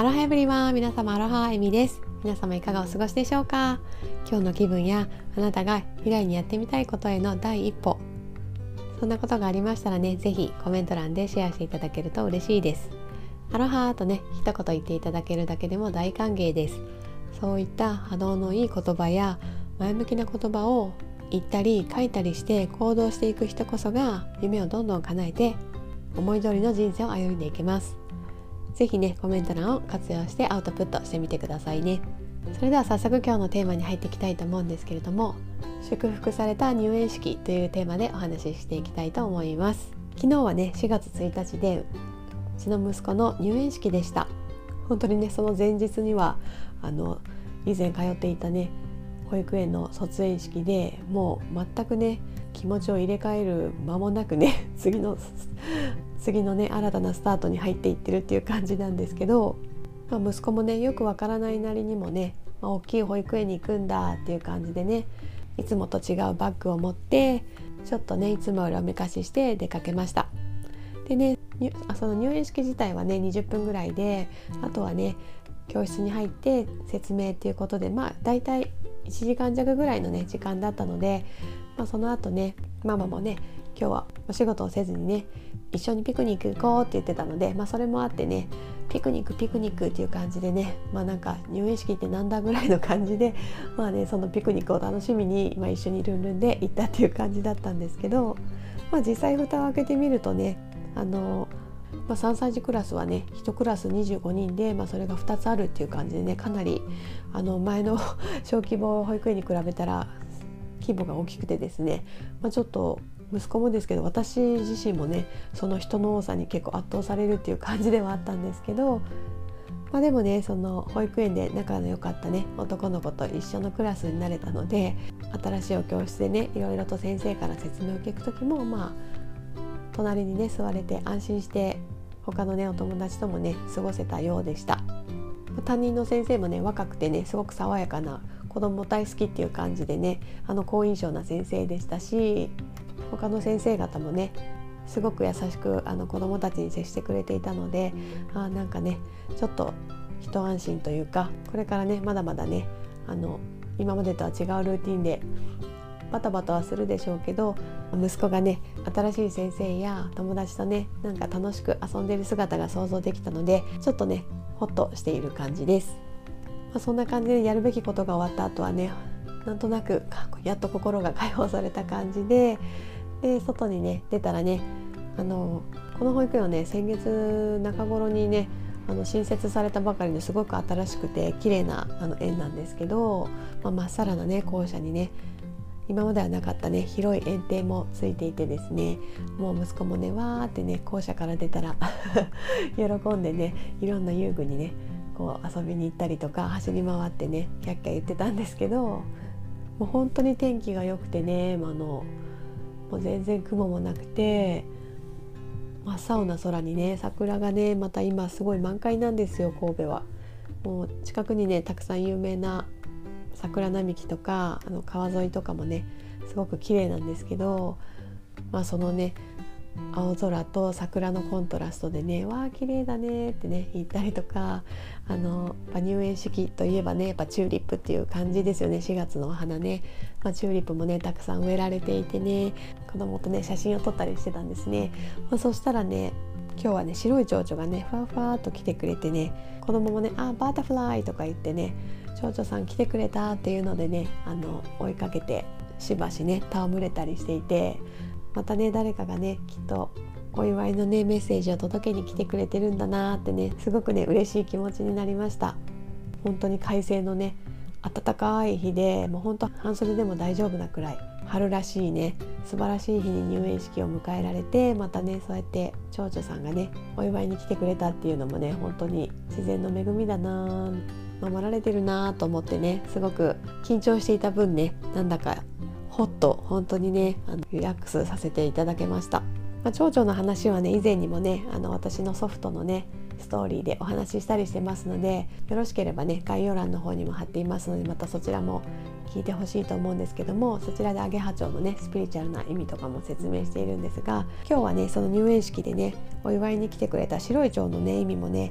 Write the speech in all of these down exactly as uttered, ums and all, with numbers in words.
アロハエブリワン、皆様アロハエミです。皆様いかがお過ごしでしょうか。今日の気分やあなたが未来にやってみたいことへの第一歩、そんなことがありましたらね、ぜひコメント欄でシェアしていただけると嬉しいです。アロハとね、一言言っていただけるだけでも大歓迎です。そういった波動のいい言葉や前向きな言葉を言ったり書いたりして行動していく人こそが夢をどんどん叶えて思い通りの人生を歩んでいけます。ぜひね、コメント欄を活用してアウトプットしてみてくださいね。それでは早速今日のテーマに入っていきたいと思うんですけれども、祝福された入園式というテーマでお話ししていきたいと思います。昨日はねしがつついたちでうちの息子の入園式でした。本当にねその前日にはあの以前通っていたね保育園の卒園式で、もう全くね気持ちを入れ替える間もなくね次の次のね新たなスタートに入っていってるっていう感じなんですけど、まあ、息子もねよくわからないなりにもね、まあ、大きい保育園に行くんだっていう感じでね、いつもと違うバッグを持ってちょっとねいつもよりおめかしして出かけました。でねその入園式自体はねにじゅっぷんぐらいで、あとはね教室に入って説明っていうことで、まあだいたいいちじかん弱ぐらいのね時間だったので、まあ、その後ねママもね今日はお仕事をせずにね一緒にピクニック行こうって言ってたので、まあ、それもあってねピクニックピクニックっていう感じでね、まあなんか入園式ってなんだぐらいの感じで、まあねそのピクニックを楽しみに、まあ、一緒にルンルンで行ったっていう感じだったんですけど、まあ、実際蓋を開けてみるとね、あのまあ、さんさい児クラスはねいちクラスにじゅうごにんで、まあ、それがふたつあるっていう感じでね、かなりあの前の小規模保育園に比べたら規模が大きくてですね、まあ、ちょっと息子もですけど私自身もねその人の多さに結構圧倒されるっていう感じではあったんですけど、まあ、でもねその保育園で仲の良かったね男の子と一緒のクラスになれたので、新しいお教室でねいろいろと先生から説明を聞く時もまあ隣にね座れて安心して他のねお友達ともね過ごせたようでした。担任の先生もね若くてねすごく爽やかな、子供大好きっていう感じでねあの好印象な先生でしたし、他の先生方もねすごく優しくあの子供たちに接してくれていたので、あなんかねちょっと一安心というか、これからねまだまだねあの今までとは違うルーティンでバタバタはするでしょうけど、息子がね新しい先生や友達とねなんか楽しく遊んでいる姿が想像できたので、ちょっとねホッとしている感じです。まあ、そんな感じでやるべきことが終わった後はねなんとなくやっと心が解放された感じで、で外にね出たらねあのこの保育園はね先月中頃にねあの新設されたばかりのすごく新しくて綺麗なあの園なんですけど、まあ、真っさらなね校舎にね今まではなかったね広い園庭もついていてですね、もう息子もねわーってね校舎から出たら喜んでねいろんな遊具にねこう遊びに行ったりとか走り回ってねキャッキャ言ってたんですけど、もう本当に天気が良くてね、あのもう全然雲もなくて真っ青な空にね桜がねまた今すごい満開なんですよ。神戸はもう近くにねたくさん有名な桜並木とかあの川沿いとかもねすごく綺麗なんですけど、まあそのね青空と桜のコントラストでねわー綺麗だねってね言ったりとか、あの入園式といえばねやっぱチューリップっていう感じですよね。しがつのお花ね、まあ、チューリップもねたくさん植えられていてね、子供とね写真を撮ったりしてたんですね。まあ、そしたらね今日はね白い蝶々がねふわふわっと来てくれてね、子供もねあバタフライとか言ってね蝶々さん来てくれたっていうのでねあの追いかけてしばしね戯れたりしていて、またね誰かがねきっとお祝いのねメッセージを届けに来てくれてるんだなってねすごくね嬉しい気持ちになりました。本当に快晴のね暖かい日で、もう本当半袖でも大丈夫なくらい春らしいね素晴らしい日に入園式を迎えられて、またねそうやって蝶々さんがねお祝いに来てくれたっていうのもね本当に自然の恵みだな、守られてるなと思ってね、すごく緊張していた分ねなんだかほっと本当にねあのリラックスさせていただけました。まあ、蝶々の話はね以前にもねあの私のソフトのねストーリーでお話ししたりしてますので、よろしければね概要欄の方にも貼っていますので、またそちらも聞いてほしいと思うんですけども、そちらでアゲハチョウのねスピリチュアルな意味とかも説明しているんですが、今日はねその入園式でねお祝いに来てくれた白い蝶のね意味もね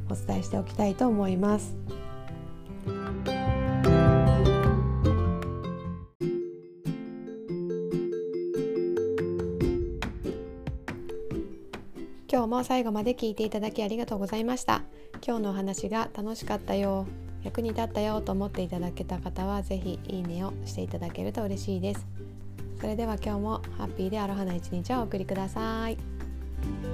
お伝えしておきたいと思います。今日も最後まで聞いていただきありがとうございました。今日のお話が楽しかったよ、役に立ったよと思っていただけた方はぜひいいねをしていただけると嬉しいです。それでは今日もハッピーでアロハな一日をお送りください。